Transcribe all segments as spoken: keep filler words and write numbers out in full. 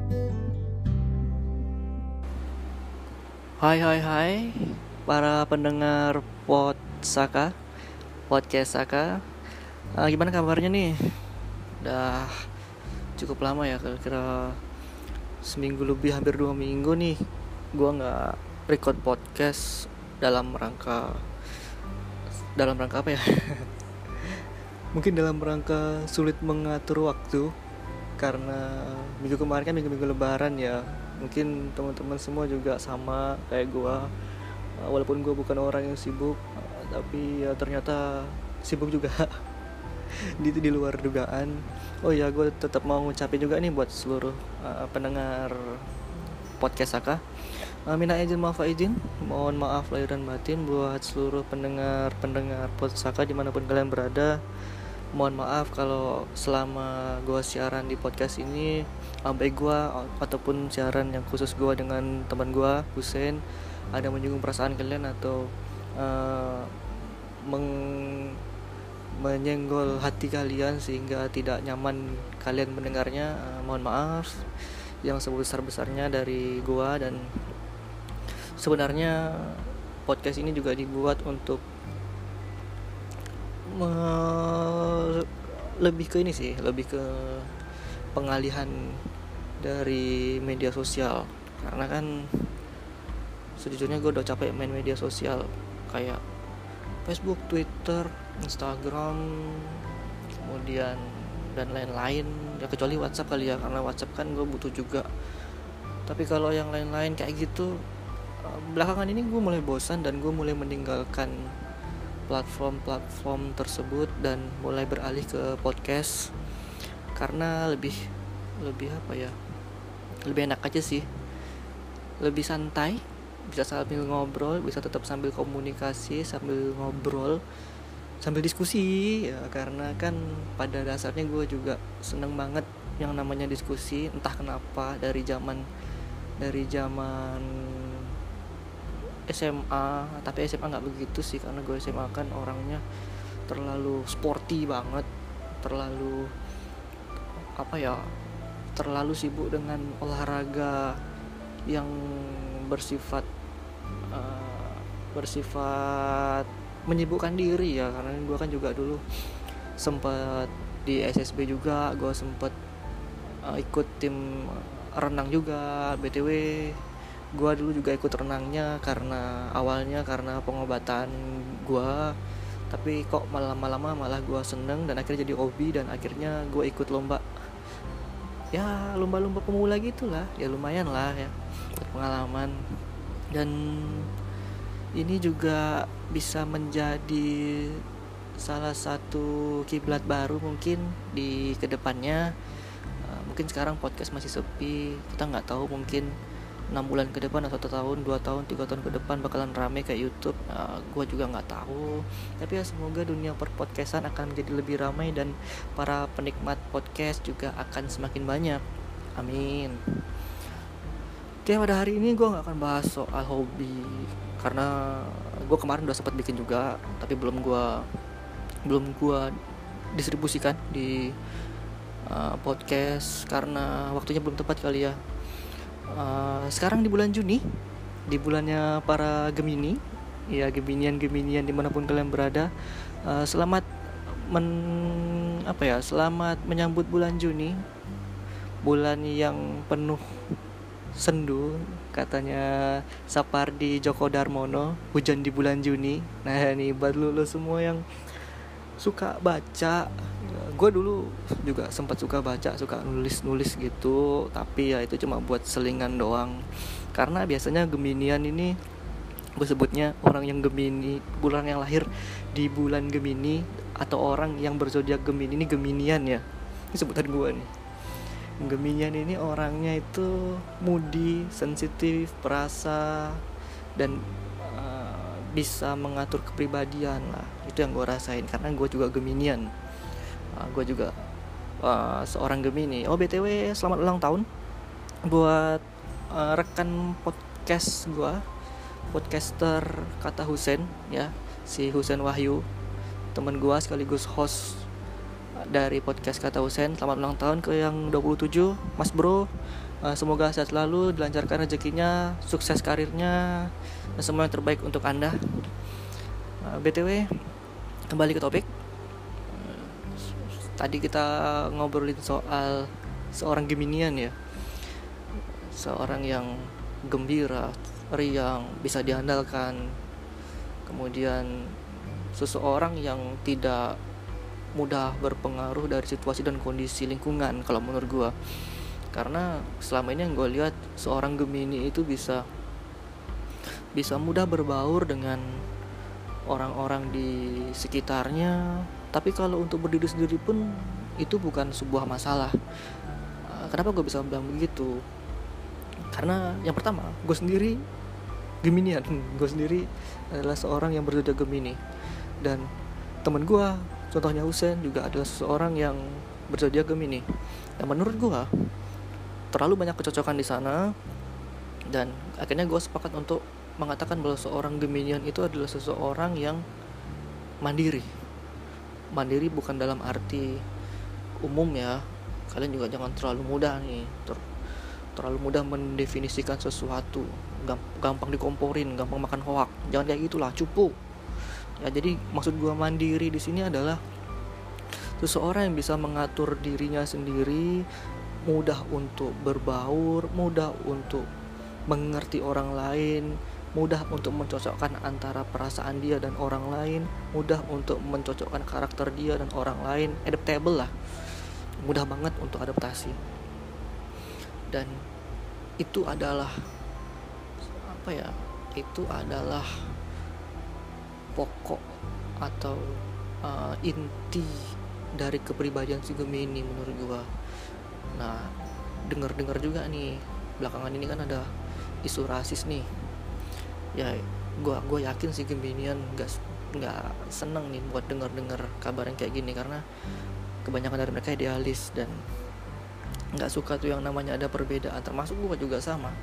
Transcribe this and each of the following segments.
Hai hai hai para pendengar Pod Saka, Podcast Saka. Uh, gimana kabarnya nih? Udah cukup lama ya, kira-kira seminggu lebih, hampir dua minggu nih gua nggak record podcast dalam rangka dalam rangka apa ya? Mungkin dalam rangka sulit mengatur waktu karena minggu kemarin kan minggu-minggu lebaran ya. Mungkin teman-teman semua juga sama kayak gua. Walaupun gue bukan orang yang sibuk, tapi ya ternyata sibuk juga di di luar dugaan. Oh ya, gue tetap mau ngucapin juga nih buat seluruh uh, pendengar podcast Saka. Uh, Mina izin maaf izin, mohon maaf lahir dan batin buat seluruh pendengar-pendengar podcast Saka dimanapun kalian berada. Mohon maaf kalau selama gue siaran di podcast ini, baik gue ataupun siaran yang khusus gue dengan teman gue Hussein, ada menyinggung perasaan kalian atau uh, meng- menyenggol hati kalian sehingga tidak nyaman kalian mendengarnya. Uh, mohon maaf yang sebesar-besarnya dari gue. Dan sebenarnya podcast ini juga dibuat untuk me- lebih ke ini sih, lebih ke pengalihan dari media sosial. Karena kan sejujurnya gue udah capek main media sosial kayak Facebook, Twitter, Instagram, kemudian dan lain-lain ya, kecuali WhatsApp kali ya, karena WhatsApp kan gue butuh juga. Tapi kalau yang lain-lain kayak gitu, belakangan ini gue mulai bosan dan gue mulai meninggalkan platform-platform tersebut dan mulai beralih ke podcast karena lebih lebih apa ya, lebih enak aja sih, lebih santai, bisa sambil ngobrol, bisa tetap sambil komunikasi, sambil ngobrol, sambil diskusi ya. Karena kan pada dasarnya gue juga seneng banget yang namanya diskusi, entah kenapa dari zaman dari zaman S M A. Tapi S M A nggak begitu sih, karena gue S M A kan orangnya terlalu sporty banget, terlalu apa ya, terlalu sibuk dengan olahraga yang bersifat uh, bersifat menyibukkan diri ya. Karena gue kan juga dulu sempat di S S B juga, gue sempat uh, ikut tim renang juga. B T W gue dulu juga ikut renangnya karena awalnya karena pengobatan gue, tapi kok malah lama-lama malah gue seneng dan akhirnya jadi hobi, dan akhirnya gue ikut lomba, ya lomba-lomba pemula gitulah, ya lumayan lah ya buat pengalaman. Dan ini juga bisa menjadi salah satu kiblat baru mungkin di kedepannya. Uh, mungkin sekarang podcast masih sepi, kita nggak tahu, mungkin enam bulan ke depan atau satu tahun, dua tahun, tiga tahun ke depan bakalan rame kayak YouTube. Uh, gue juga nggak tahu. Tapi ya semoga dunia perpodcastan akan menjadi lebih ramai dan para penikmat podcast juga akan semakin banyak. Amin. Oke, pada hari ini gue nggak akan bahas soal hobi karena gue kemarin udah sempat bikin juga, tapi belum gue belum gue distribusikan di uh, podcast karena waktunya belum tepat kali ya. Uh, sekarang di bulan Juni, di bulannya para Gemini, ya Geminian-Geminian dimanapun kalian berada, uh, selamat men apa ya, selamat menyambut bulan Juni, bulan yang penuh sendu, katanya Sapardi Djoko Darmono, hujan di bulan Juni. Nah ini buat lu, lu semua yang suka baca, gue dulu juga sempat suka baca, suka nulis-nulis gitu, tapi ya itu cuma buat selingan doang. Karena biasanya Geminian ini, gue sebutnya orang yang Gemini, bulan yang lahir di bulan Gemini, atau orang yang berzodiak Gemini ini Geminian ya, ini sebutan gue nih. Geminian ini orangnya itu moody, sensitif, perasa, dan uh, bisa mengatur kepribadian lah. Itu yang gue rasain karena gue juga Geminian. Uh, gue juga uh, seorang Gemini. Oh B T W selamat ulang tahun buat uh, rekan podcast gue, podcaster kata Hussein ya, si Hussein Wahyu, teman gue sekaligus host dari podcast kata Hussein. Selamat ulang tahun ke yang dua puluh tujuh Mas Bro. Uh, semoga sehat selalu, dilancarkan rezekinya, sukses karirnya, dan semua yang terbaik untuk Anda. uh, B T W, kembali ke topik. uh, Tadi kita ngobrolin soal seorang Geminian ya, seorang yang gembira, riang, bisa diandalkan. Kemudian seseorang yang tidak mudah berpengaruh dari situasi dan kondisi lingkungan kalau menurut gue. Karena selama ini yang gue lihat, seorang Gemini itu bisa bisa mudah berbaur dengan orang-orang di sekitarnya. Tapi kalau untuk berdiri sendiri pun itu bukan sebuah masalah. Kenapa gue bisa bilang begitu? Karena yang pertama, gue sendiri Geminian. Gue sendiri adalah seorang yang berzodiak Gemini. Dan temen gue, contohnya Husen, juga adalah seseorang yang berzodiak Gemini. Dan menurut gue terlalu banyak kecocokan di sana. Dan akhirnya gue sepakat untuk mengatakan bahwa seorang Geminian itu adalah seseorang yang mandiri. Mandiri bukan dalam arti umum ya. Kalian juga jangan terlalu mudah nih ter- terlalu mudah mendefinisikan sesuatu, gampang dikomporin, gampang makan hoak. Jangan kayak gitulah, cupu. Ya, jadi maksud gue mandiri di sini adalah seseorang yang bisa mengatur dirinya sendiri, mudah untuk berbaur, mudah untuk mengerti orang lain, mudah untuk mencocokkan antara perasaan dia dan orang lain, mudah untuk mencocokkan karakter dia dan orang lain, adaptable lah, mudah banget untuk adaptasi. Dan itu adalah apa ya? Itu adalah pokok atau uh, inti dari kepribadian si Gemini menurut gua. Nah, dengar-dengar juga nih belakangan ini kan ada isu rasis nih. Ya, gua gua yakin si Geminian nggak nggak seneng nih buat dengar-dengar kabar yang kayak gini, karena kebanyakan dari mereka idealis dan nggak suka tuh yang namanya ada perbedaan. Termasuk gua juga sama.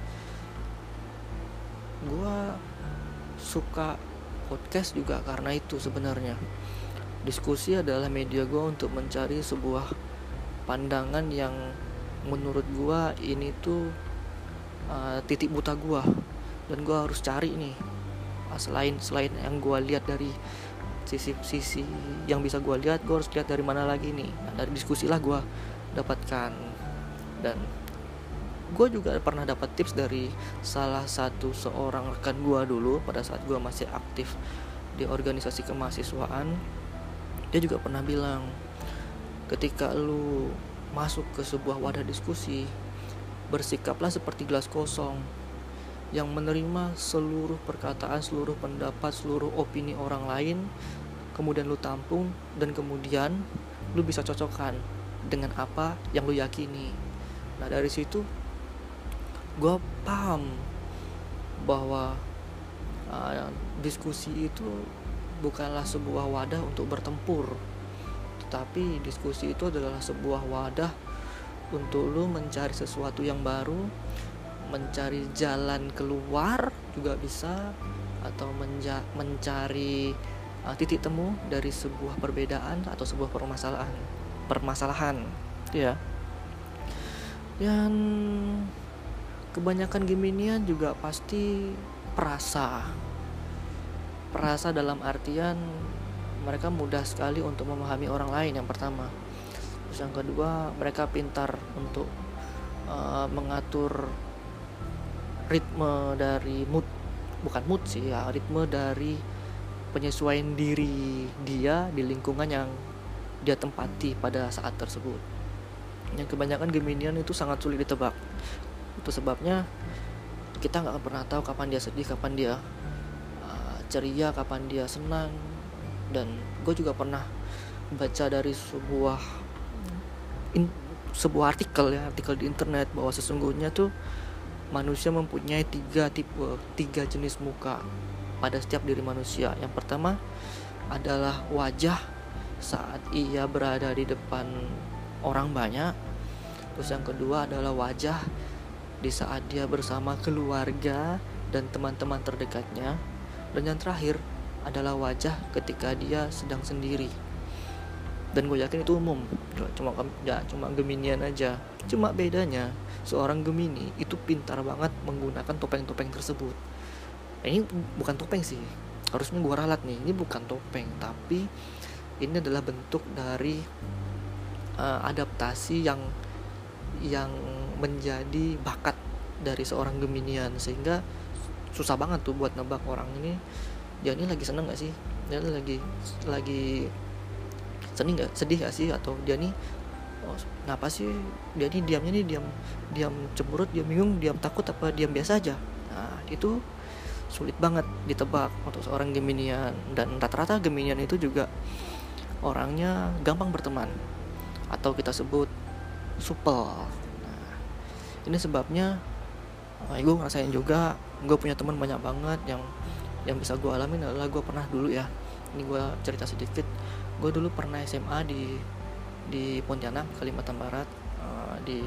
Gua suka podcast juga karena itu sebenarnya. Diskusi adalah media gue untuk mencari sebuah pandangan yang menurut gue ini tuh uh, titik buta gue, dan gue harus cari nih uh, selain selain yang gue lihat dari sisi-sisi yang bisa gue lihat, gue harus lihat dari mana lagi nih. Nah, dari diskusi lah gue dapatkan. Dan gue juga pernah dapat tips dari salah satu seorang rekan gue dulu pada saat gue masih aktif di organisasi kemahasiswaan. Dia juga pernah bilang, ketika lu masuk ke sebuah wadah diskusi, bersikaplah seperti gelas kosong yang menerima seluruh perkataan, seluruh pendapat, seluruh opini orang lain, kemudian lu tampung, dan kemudian lu bisa cocokkan dengan apa yang lu yakini. Nah, dari situ gue paham bahwa uh, diskusi itu bukanlah sebuah wadah untuk bertempur, tetapi diskusi itu adalah sebuah wadah untuk lu mencari sesuatu yang baru, mencari jalan keluar juga bisa, atau menja- mencari uh, titik temu dari sebuah perbedaan atau sebuah permasalahan permasalahan ya. Dan kebanyakan Geminian juga pasti perasa. Perasa dalam artian mereka mudah sekali untuk memahami orang lain, yang pertama. Terus yang kedua, mereka pintar untuk uh, mengatur ritme dari mood, bukan mood sih ya, ritme dari penyesuaian diri dia di lingkungan yang dia tempati pada saat tersebut. Yang kebanyakan Geminian itu sangat sulit ditebak. Itu sebabnya kita gak akan pernah tahu kapan dia sedih, kapan dia uh, ceria, kapan dia senang. Dan gue juga pernah baca dari sebuah in, sebuah artikel ya, artikel di internet, bahwa sesungguhnya tuh manusia mempunyai tiga tipe, tiga jenis muka pada setiap diri manusia. Yang pertama adalah wajah saat ia berada di depan orang banyak. Terus yang kedua adalah wajah di saat dia bersama keluarga dan teman-teman terdekatnya. Dan yang terakhir adalah wajah ketika dia sedang sendiri. Dan gue yakin itu umum, cuma ya cuma Geminian aja. Cuma bedanya seorang Gemini itu pintar banget menggunakan topeng-topeng tersebut. Nah, ini bukan topeng sih, harusnya gue ralat nih, ini bukan topeng, tapi ini adalah bentuk dari uh, adaptasi yang yang menjadi bakat dari seorang Geminian, sehingga susah banget tuh buat nebak orang ini dia ini lagi seneng gak sih, dia lagi lagi sedih nggak sedih nggak sih, atau dia nih oh, kenapa sih dia nih diamnya nih diam diam cemberut, diam bingung, diam takut, apa diam biasa aja. Nah itu sulit banget ditebak untuk seorang Geminian, dan rata-rata Geminian itu juga orangnya gampang berteman atau kita sebut supel. Nah ini sebabnya oh, gue ngerasain juga, gue punya teman banyak banget yang yang bisa gue alamin adalah gue pernah dulu ya, ini gue cerita sedikit. Gue dulu pernah S M A di di Pontianak, Kalimantan Barat, uh, di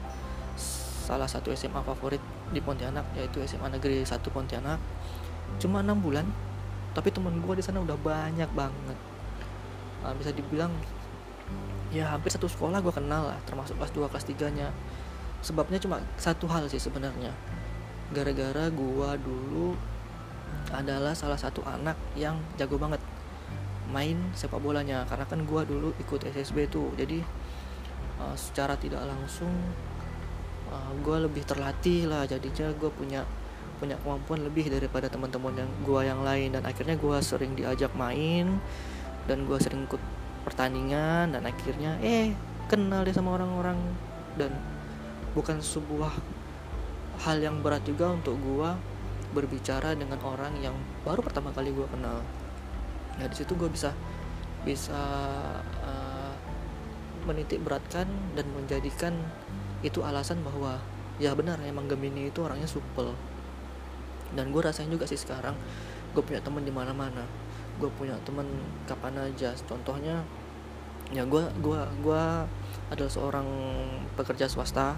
salah satu S M A favorit di Pontianak, yaitu S M A Negeri satu Pontianak. Cuma enam bulan, tapi teman gue di sana udah banyak banget. Uh, bisa dibilang ya hampir satu sekolah gue kenal lah, termasuk kelas dua, kelas tiga-nya. Sebabnya cuma satu hal sih sebenarnya. Gara-gara gue dulu adalah salah satu anak yang jago banget main sepak bolanya, karena kan gue dulu ikut S S B tuh, jadi uh, secara tidak langsung uh, gue lebih terlatih lah, jadinya gue punya punya kemampuan lebih daripada teman-teman yang gue yang lain, dan akhirnya gue sering diajak main dan gue sering ikut pertandingan, dan akhirnya eh kenal deh sama orang-orang, dan bukan sebuah hal yang berat juga untuk gue berbicara dengan orang yang baru pertama kali gue kenal. Ya di situ gue bisa bisa uh, menitik beratkan dan menjadikan itu alasan bahwa ya benar, emang Gemini itu orangnya supel. Dan gue rasain juga sih sekarang, gue punya teman di mana-mana, gue punya teman kapan aja. Contohnya ya gue gue gue adalah seorang pekerja swasta.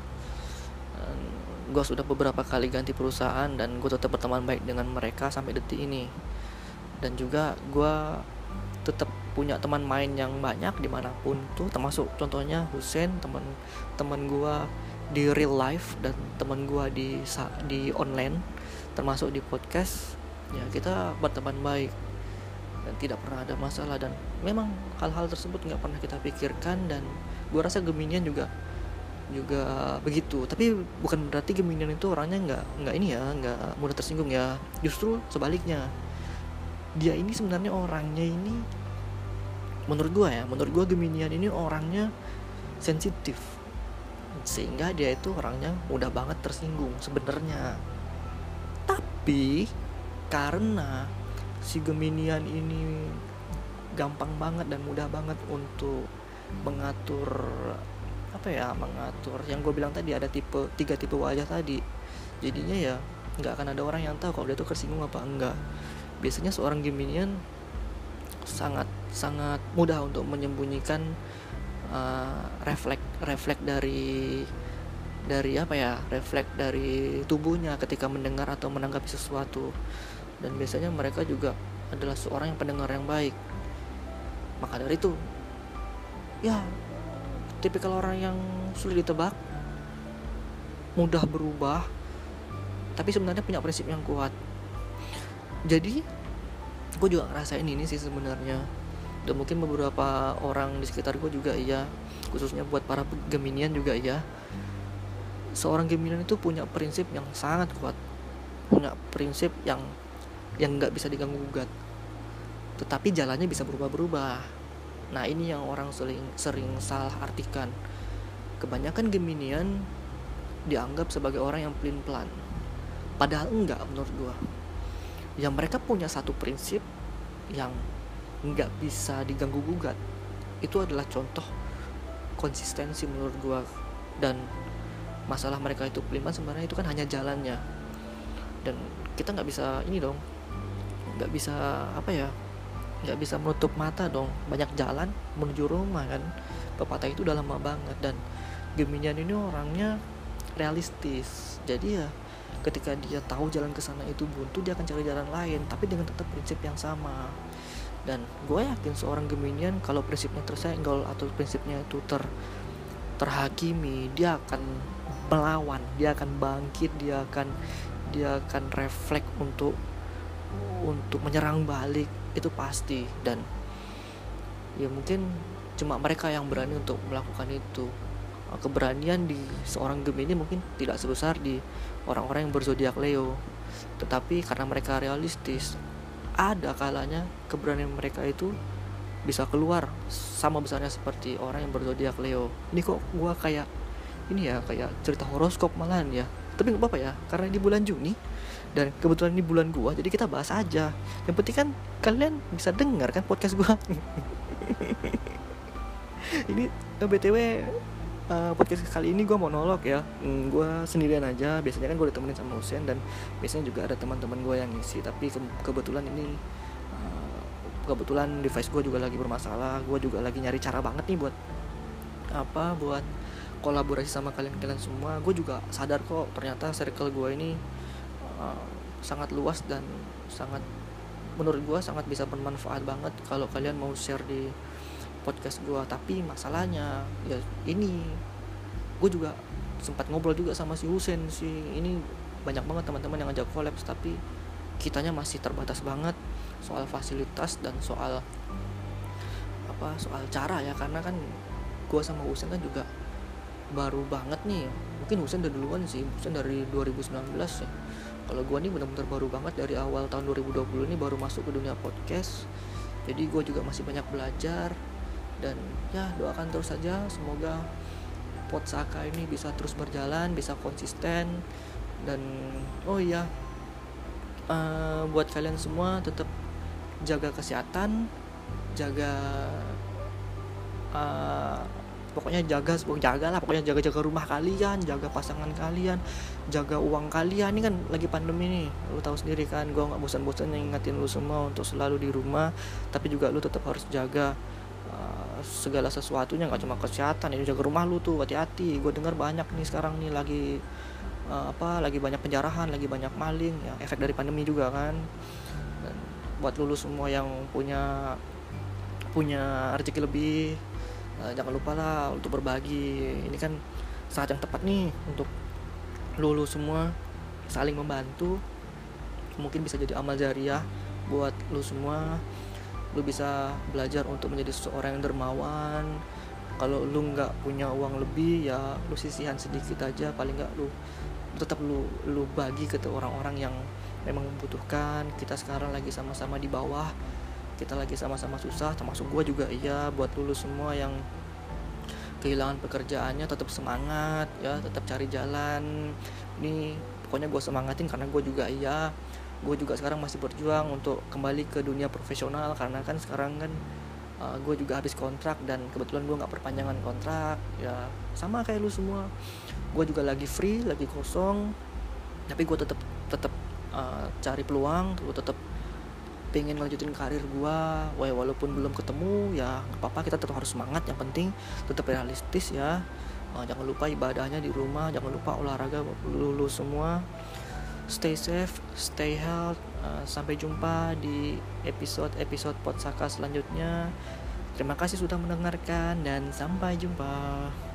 Gue sudah beberapa kali ganti perusahaan dan gue tetap berteman baik dengan mereka sampai detik ini. Dan juga gue tetap punya teman main yang banyak dimanapun tuh, termasuk contohnya Hussein, teman teman gue di real life dan teman gue di di online, termasuk di podcast. Ya kita berteman baik dan tidak pernah ada masalah, dan memang hal-hal tersebut nggak pernah kita pikirkan. Dan gue rasa Geminian juga juga begitu, tapi bukan berarti Geminian itu orangnya nggak nggak ini ya, nggak mudah tersinggung ya. Justru sebaliknya, dia ini sebenarnya orangnya ini, menurut gue ya, menurut gue Geminian ini orangnya sensitif, sehingga dia itu orangnya mudah banget tersinggung sebenarnya. Tapi karena si Geminian ini gampang banget dan mudah banget untuk mengatur apa ya mengatur yang gue bilang tadi, ada tipe tiga tipe wajah tadi, jadinya ya nggak akan ada orang yang tahu kalau dia tuh tersinggung apa enggak. Biasanya seorang Geminian sangat sangat mudah untuk menyembunyikan uh, refleks refleks dari dari apa ya refleks dari tubuhnya ketika mendengar atau menanggapi sesuatu. Dan biasanya mereka juga adalah seorang yang pendengar yang baik. Maka dari itu ya tipikal orang yang sulit ditebak, mudah berubah, tapi sebenarnya punya prinsip yang kuat. Jadi gue juga ngerasain ini sih sebenarnya, dan mungkin beberapa orang di sekitar gue juga iya, khususnya buat para Geminian juga iya. Seorang Geminian itu punya prinsip yang sangat kuat, punya prinsip yang yang nggak bisa diganggu gugat, tetapi jalannya bisa berubah-berubah. Nah ini yang orang sering, sering salah artikan. Kebanyakan Geminian dianggap sebagai orang yang pelin-pelan, padahal enggak menurut gue. Yang mereka punya satu prinsip yang enggak bisa diganggu gugat. Itu adalah contoh konsistensi menurut gue. Dan masalah mereka itu pelin-pelan sebenarnya itu kan hanya jalannya. Dan kita gak bisa ini dong, gak bisa apa ya nggak bisa menutup mata dong, banyak jalan menuju rumah kan. Pepatah itu udah lama banget. Dan Geminian ini orangnya realistis, jadi ya ketika dia tahu jalan ke sana itu buntu, dia akan cari jalan lain, tapi dengan tetap prinsip yang sama. Dan gue yakin seorang Geminian kalau prinsipnya tersenggol atau prinsipnya itu ter terhakimi, dia akan melawan, dia akan bangkit, dia akan dia akan refleks untuk untuk menyerang balik, itu pasti. Dan ya mungkin cuma mereka yang berani untuk melakukan itu. Keberanian di seorang Gemini mungkin tidak sebesar di orang-orang yang berzodiak Leo, tetapi karena mereka realistis, ada kalanya keberanian mereka itu bisa keluar sama besarnya seperti orang yang berzodiak Leo. Ini kok gua kayak ini ya, kayak cerita horoskop malahan ya, tapi nggak apa-apa ya, karena di bulan Juni dan kebetulan ini bulan gua, jadi kita bahas aja. Yang penting kan kalian bisa dengar kan podcast gua. Ini B T W uh, podcast kali ini gue monolog ya, hmm, gue sendirian aja. Biasanya kan gue ditemenin sama Husen, dan biasanya juga ada teman-teman gue yang ngisi. Tapi ke- kebetulan ini uh, kebetulan device gue juga lagi bermasalah. Gue juga lagi nyari cara banget nih buat apa buat kolaborasi sama kalian-kalian semua. Gue juga sadar kok ternyata circle gue ini uh, sangat luas dan sangat, menurut gue sangat bisa bermanfaat banget kalau kalian mau share di podcast gue. Tapi masalahnya ya ini, gue juga sempat ngobrol juga sama si Husen sih, ini banyak banget teman-teman yang ngajak collabs, tapi kitanya masih terbatas banget soal fasilitas dan soal apa soal cara ya, karena kan gue sama Husen kan juga baru banget nih. Mungkin Husen udah duluan sih, Husen dari dua ribu sembilan belas ya. Kalau gue nih benar-benar baru banget, dari awal tahun dua ribu dua puluh ini baru masuk ke dunia podcast. Jadi gue juga masih banyak belajar. Dan ya doakan terus saja, semoga Podsaka ini bisa terus berjalan, bisa konsisten. Dan oh iya, uh, buat kalian semua tetap jaga kesehatan, jaga uh, pokoknya jaga jaga lah pokoknya jaga-jaga rumah kalian, jaga pasangan kalian, jaga uang kalian. Ini kan lagi pandemi nih, lu tahu sendiri kan, gue nggak bosan-bosan ngingetin lu semua untuk selalu di rumah, tapi juga lu tetap harus jaga uh, segala sesuatunya, nggak cuma kesehatan, ini jaga rumah lu tuh, hati-hati. Gue dengar banyak nih sekarang nih lagi uh, apa lagi banyak penjarahan, lagi banyak maling ya, efek dari pandemi juga kan. Dan buat lu semua yang punya punya rezeki lebih, Uh, jangan lupa lah untuk berbagi. Ini kan saat yang tepat nih untuk lulu semua saling membantu. Mungkin bisa jadi amal jariah buat lu semua. Lu bisa belajar untuk menjadi seseorang yang dermawan. Kalau lu nggak punya uang lebih, ya lu sisihan sedikit aja, paling nggak lu tetap lu lu bagi ke orang-orang yang memang membutuhkan. Kita sekarang lagi sama-sama di bawah, kita lagi sama-sama susah, termasuk gue juga. Iya, buat lu semua yang kehilangan pekerjaannya, tetap semangat ya, tetap cari jalan. Ini pokoknya gue semangatin, karena gue juga iya gue juga sekarang masih berjuang untuk kembali ke dunia profesional, karena kan sekarang kan uh, gue juga habis kontrak, dan kebetulan gue nggak perpanjangan kontrak ya, sama kayak lu semua. Gue juga lagi free, lagi kosong, tapi gue tetap tetap uh, cari peluang, gue tetap pengen lanjutin karir gue, walaupun belum ketemu ya nggak apa-apa, kita tetap harus semangat. Yang penting tetap realistis ya. Uh, jangan lupa ibadahnya di rumah, jangan lupa olahraga lulu semua. Stay safe, stay healthy. Uh, sampai jumpa di episode-episode Podsaka selanjutnya. Terima kasih sudah mendengarkan dan sampai jumpa.